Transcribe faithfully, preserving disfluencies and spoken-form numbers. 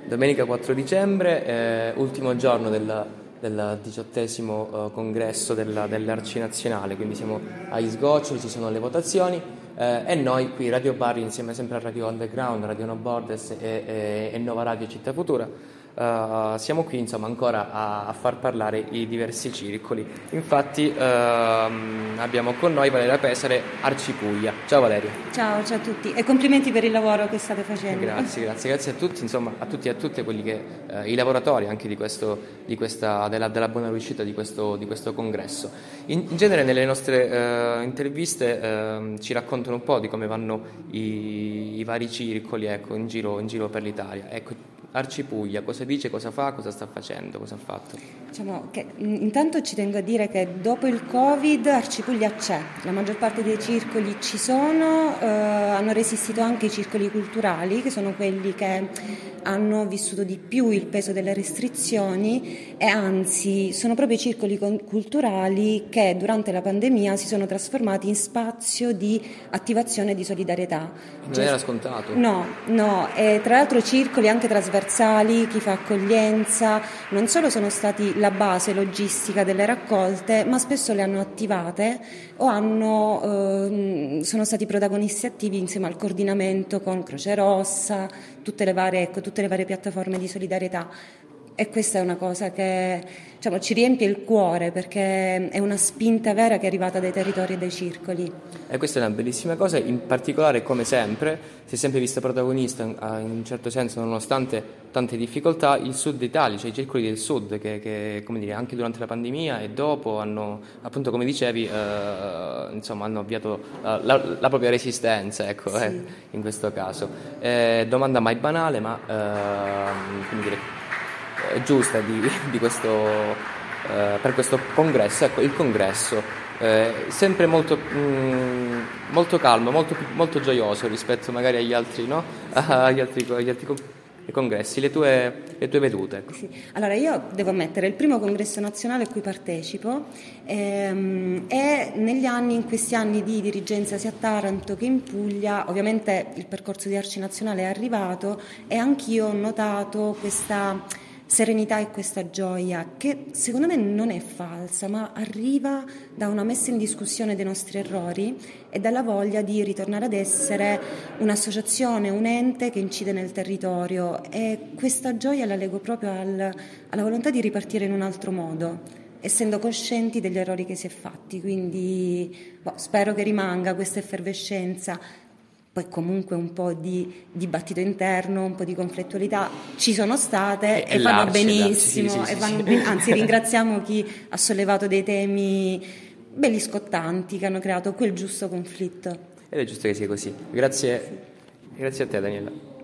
Domenica quattro dicembre, eh, ultimo giorno del, del diciottesimo eh, congresso della, dell'Arci Nazionale, quindi siamo agli sgoccioli, ci sono le votazioni eh, e noi qui Radio Bari insieme sempre a Radio Underground, Radio No Borders e, e, e Nova Radio Città Futura. Uh, siamo qui insomma ancora a, a far parlare i diversi circoli. Infatti uh, abbiamo con noi Valeria Pesare, Arci Puglia. Ciao Valeria. Ciao, ciao a tutti e complimenti per il lavoro che state facendo. Grazie, grazie, grazie a tutti, insomma a tutti e a tutte quelli che uh, i lavoratori anche di questo, di questa, della, della buona riuscita di questo, di questo congresso. In, in genere nelle nostre uh, interviste uh, ci raccontano un po' di come vanno i, i vari circoli, ecco, in giro, in giro per l'Italia. Ecco, Arci Puglia, cosa dice, cosa fa, cosa sta facendo, cosa ha fatto? Diciamo che intanto ci tengo a dire che dopo il Covid Arci Puglia c'è, la maggior parte dei circoli ci sono, eh, hanno resistito anche i circoli culturali, che sono quelli che hanno vissuto di più il peso delle restrizioni e anzi sono proprio i circoli culturali che durante la pandemia si sono trasformati in spazio di attivazione e di solidarietà. Non cioè, era scontato? No, no, e tra l'altro circoli anche trasversali, chi fa accoglienza, non solo sono stati la base logistica delle raccolte, ma spesso le hanno attivate o hanno, eh, sono stati protagonisti attivi insieme al coordinamento con Croce Rossa, tutte le varie, ecco, tutte le varie piattaforme di solidarietà. E questa è una cosa che diciamo, ci riempie il cuore perché è una spinta vera che è arrivata dai territori e dai circoli. E questa è una bellissima cosa, in particolare come sempre si è sempre vista protagonista in un certo senso nonostante tante difficoltà il sud Italia, cioè i circoli del sud che, che come dire, anche durante la pandemia e dopo hanno appunto come dicevi eh, insomma hanno avviato la, la, la propria resistenza, ecco, sì. eh, in questo caso. Eh, domanda mai banale ma eh, come dire giusta di, di questo, eh, per questo congresso, ecco il congresso eh, sempre molto, mh, molto calmo, molto, molto gioioso rispetto magari agli altri, no? agli altri, agli altri congressi, le tue, le tue vedute. Ecco. Sì. Allora io devo ammettere, è il primo congresso nazionale a cui partecipo ehm, e negli anni, in questi anni di dirigenza sia a Taranto che in Puglia, ovviamente il percorso di Arci Nazionale è arrivato e anch'io ho notato questa serenità e questa gioia che secondo me non è falsa ma arriva da una messa in discussione dei nostri errori e dalla voglia di ritornare ad essere un'associazione, un ente che incide nel territorio e questa gioia la leggo proprio al, alla volontà di ripartire in un altro modo essendo coscienti degli errori che si è fatti, quindi boh, spero che rimanga questa effervescenza. Poi comunque un po' di dibattito interno, un po' di conflittualità ci sono state e, e vanno benissimo, sì, sì, sì, e vanno ben... anzi ringraziamo chi ha sollevato dei temi belli scottanti che hanno creato quel giusto conflitto. Ed è giusto che sia così. Grazie, grazie a te Daniela.